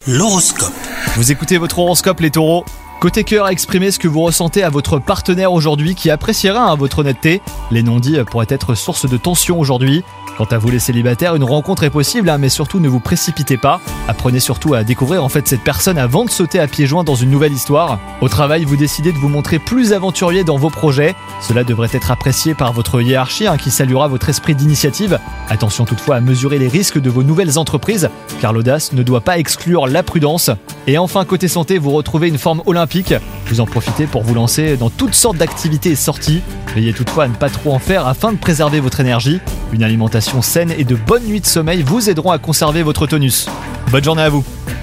L'horoscope. Vous écoutez votre horoscope les taureaux. Côté cœur, exprimez ce que vous ressentez à votre partenaire aujourd'hui qui appréciera votre honnêteté. Les non-dits pourraient être source de tension aujourd'hui. Quant à vous les célibataires, une rencontre est possible, mais surtout ne vous précipitez pas. Apprenez surtout à découvrir cette personne avant de sauter à pieds joints dans une nouvelle histoire. Au travail, vous décidez de vous montrer plus aventurier dans vos projets. Cela devrait être apprécié par votre hiérarchie qui saluera votre esprit d'initiative. Attention toutefois à mesurer les risques de vos nouvelles entreprises, car l'audace ne doit pas exclure la prudence. Et enfin, côté santé, vous retrouvez une forme olympique. Vous en profitez pour vous lancer dans toutes sortes d'activités et sorties. Veillez toutefois à ne pas trop en faire afin de préserver votre énergie. Une alimentation saine et de bonnes nuits de sommeil vous aideront à conserver votre tonus. Bonne journée à vous.